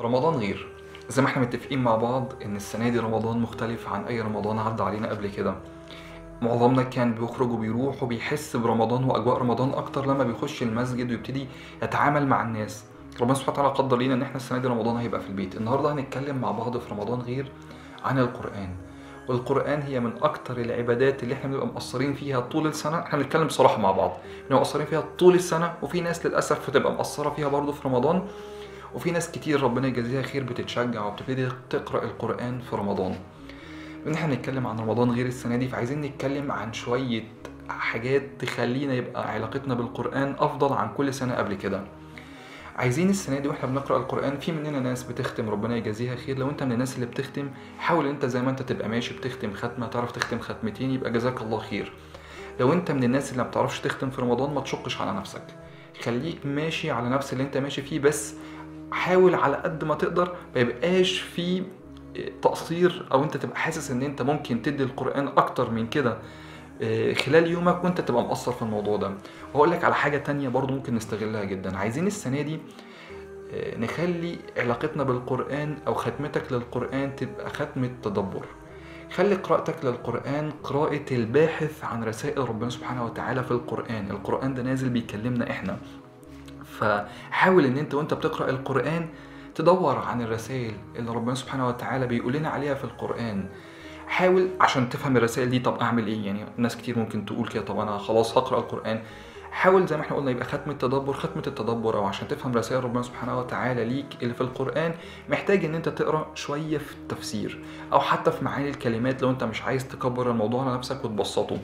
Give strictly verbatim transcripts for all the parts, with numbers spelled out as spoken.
رمضان غير. زي ما احنا متفقين مع بعض ان السنة دي رمضان مختلف عن اي رمضان عدى علينا قبل كده. معظمنا كان بيخرج وبيروح وبيحس برمضان واجواء رمضان اكتر لما بيخش المسجد ويبتدي يتعامل مع الناس. ربنا سبحانه وتعالى قدر لينا ان احنا السنة دي رمضان هيبقى في البيت. النهارده هنتكلم مع بعض في رمضان غير عن القرآن. والقرآن هي من اكتر العبادات اللي احنا بنبقى مقصرين فيها طول السنة. احنا بنتكلم بصراحة مع بعض، بنبقى مقصرين فيها طول السنة، وفي ناس للاسف بتبقى مقصرة فيها برضه في رمضان، وفي ناس كتير ربنا يجازيها خير بتتشجع وبتبتدي تقرأ القرآن في رمضان. ان احنا نتكلم عن رمضان غير السنة دي، فعايزين نتكلم عن شوية حاجات تخلينا يبقى علاقتنا بالقرآن افضل عن كل سنة قبل كده. عايزين السنة دي واحنا بنقرأ القرآن، في مننا ناس بتختم ربنا يجازيها خير. لو انت من الناس اللي بتختم، حاول انت زي ما انت تبقى ماشي بتختم ختمة، تعرف تختم ختمتين، يبقى جزاك الله خير. لو انت من الناس اللي ما بتعرفش تختم في رمضان، ما تشقش على نفسك، خليك ماشي على نفس اللي انت ماشي فيه، بس حاول على قد ما تقدر ما يبقاش في تقصير، او انت تبقى حاسس ان انت ممكن تدي القرآن اكتر من كده خلال يومك وانت تبقى مقصر في الموضوع ده. وهقول لك على حاجة تانية برضو ممكن نستغلها جدا. عايزين السنة دي نخلي علاقتنا بالقرآن او ختمتك للقرآن تبقى ختمة تدبر. خلي قراءتك للقرآن قراءة الباحث عن رسائل ربنا سبحانه وتعالى في القرآن. القرآن ده نازل بيكلمنا احنا، فحاول ان انت وانت بتقرأ القرآن تدور عن الرسائل اللي ربنا سبحانه وتعالى بيقول لنا عليها في القرآن. حاول عشان تفهم الرسائل دي. طب اعمل ايه؟ يعني ناس كتير ممكن تقول كده، طب انا خلاص هقرأ القرآن. حاول زي ما احنا قلنا يبقى ختمة تدبر. ختمة التدبر او عشان تفهم رسائل ربنا سبحانه وتعالى ليك اللي في القرآن، محتاج ان انت تقرأ شوية في التفسير او حتى في معاني الكلمات، لو انت مش عايز تكبر الموضوع على نفسك وتبسطه.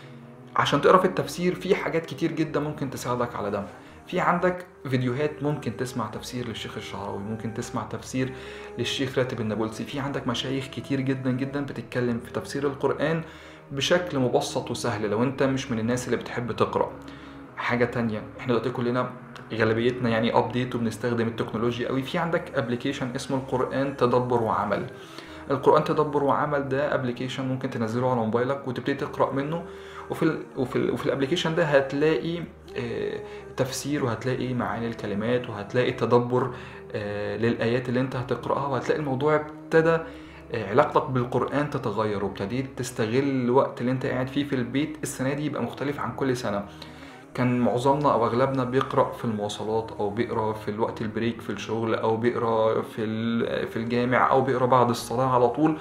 عشان تقرأ في التفسير في حاجات كتير جدا ممكن تساعدك على ده. في عندك فيديوهات، ممكن تسمع تفسير للشيخ الشعراوي، ممكن تسمع تفسير للشيخ راتب النابلسي. في عندك مشايخ كتير جدا جدا بتتكلم في تفسير القرآن بشكل مبسط وسهل لو انت مش من الناس اللي بتحب تقرأ. حاجة تانية، احنا دلوقتي كلنا غالبيتنا يعني ابديت وبنستخدم التكنولوجيا قوي. في عندك ابليكيشن اسمه القرآن تدبر وعمل. القرآن تدبر وعمل ده ابليكيشن ممكن تنزله على موبايلك وتبتدي تقرأ منه. وفي ال وفي ال وفي الابليكيشن ده هتلاقي اه تفسير، وهتلاقي معاني الكلمات، وهتلاقي تدبر اه للآيات اللي انت هتقرأها، وهتلاقي الموضوع ابتدى اه علاقتك بالقرآن تتغير، وابتديت تستغل الوقت اللي انت قاعد فيه في البيت. السنة دي يبقى مختلف عن كل سنة. كان معظمنا او اغلبنا بيقرأ في المواصلات، او بيقرأ في الوقت البريك في الشغل، او بيقرأ في في الجامع، او بيقرأ بعد الصلاة على طول.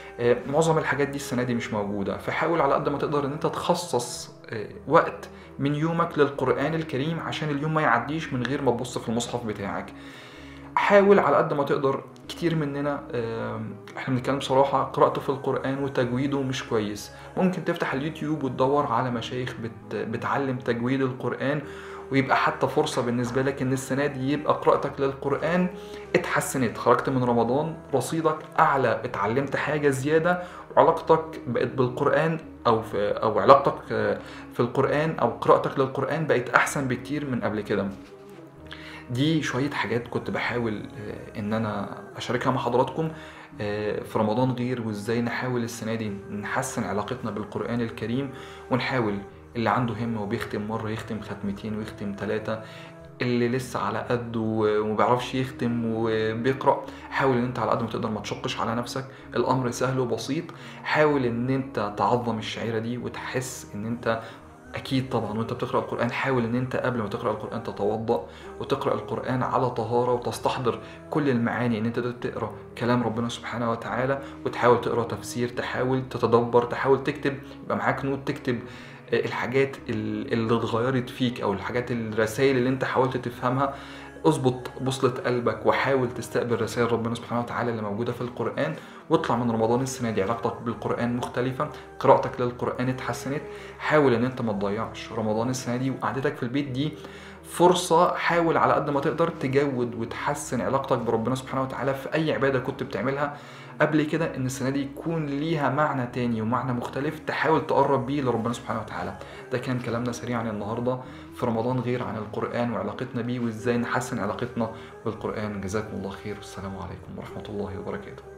معظم الحاجات دي السنة دي مش موجودة. فحاول على قد ما تقدر ان انت تخصص وقت من يومك للقرآن الكريم، عشان اليوم ما يعديش من غير ما تبص في المصحف بتاعك. حاول على قد ما تقدر. كتير مننا احنا بنتكلم بصراحة، قراءته في القرآن وتجويده مش كويس. ممكن تفتح اليوتيوب وتدور على مشايخ بت بتعلم تجويد القرآن، ويبقى حتى فرصة بالنسبة لك ان السنة دي يبقى قراءتك للقرآن اتحسنت. خرجت من رمضان رصيدك اعلى، اتعلمت حاجة زيادة، وعلاقتك بقت بالقرآن او في او علاقتك في القرآن او قراءتك للقرآن بقت احسن بكتير من قبل كده. دي شوية حاجات كنت بحاول ان انا اشاركها مع حضراتكم في رمضان غير، وازاي نحاول السنة دي نحسن علاقتنا بالقرآن الكريم، ونحاول اللي عنده همة وبيختم مرة يختم ختمتين ويختم ثلاثة. اللي لسه على قده ومبيعرفش يختم وبيقرأ، حاول ان انت على قد ما تقدر ما تشقش على نفسك. الامر سهل وبسيط. حاول ان انت تعظم الشعيرة دي وتحس ان انت اكيد طبعا وانت بتقرأ القرآن، حاول ان انت قبل ما تقرأ القرآن تتوضأ وتقرأ القرآن على طهارة، وتستحضر كل المعاني، ان انت تقرأ كلام ربنا سبحانه وتعالى، وتحاول تقرأ تفسير، تحاول تتدبر، تحاول تكتب، يبقى معاك نوت تكتب الحاجات اللي اتغيرت فيك، او الحاجات الرسائل اللي انت حاولت تفهمها. اظبط بوصلة قلبك وحاول تستقبل رسائل ربنا سبحانه وتعالى اللي موجودة في القرآن، واطلع من رمضان السنة دي علاقتك بالقرآن مختلفة، قراءتك للقرآن اتحسنت. حاول ان انت ما تضيعش رمضان السنة دي، وقعدتك في البيت دي فرصة. حاول على قد ما تقدر تجود وتحسن علاقتك بربنا سبحانه وتعالى في اي عبادة كنت بتعملها قبل كده، ان السنة دي يكون ليها معنى تاني ومعنى مختلف تحاول تقرب بيه لربنا سبحانه وتعالى. ده كان كلامنا سريعا النهاردة في رمضان غير عن القرآن وعلاقتنا بيه، وازاي نحسن علاقتنا بالقرآن. جزاكم الله خير، والسلام عليكم ورحمة الله وبركاته.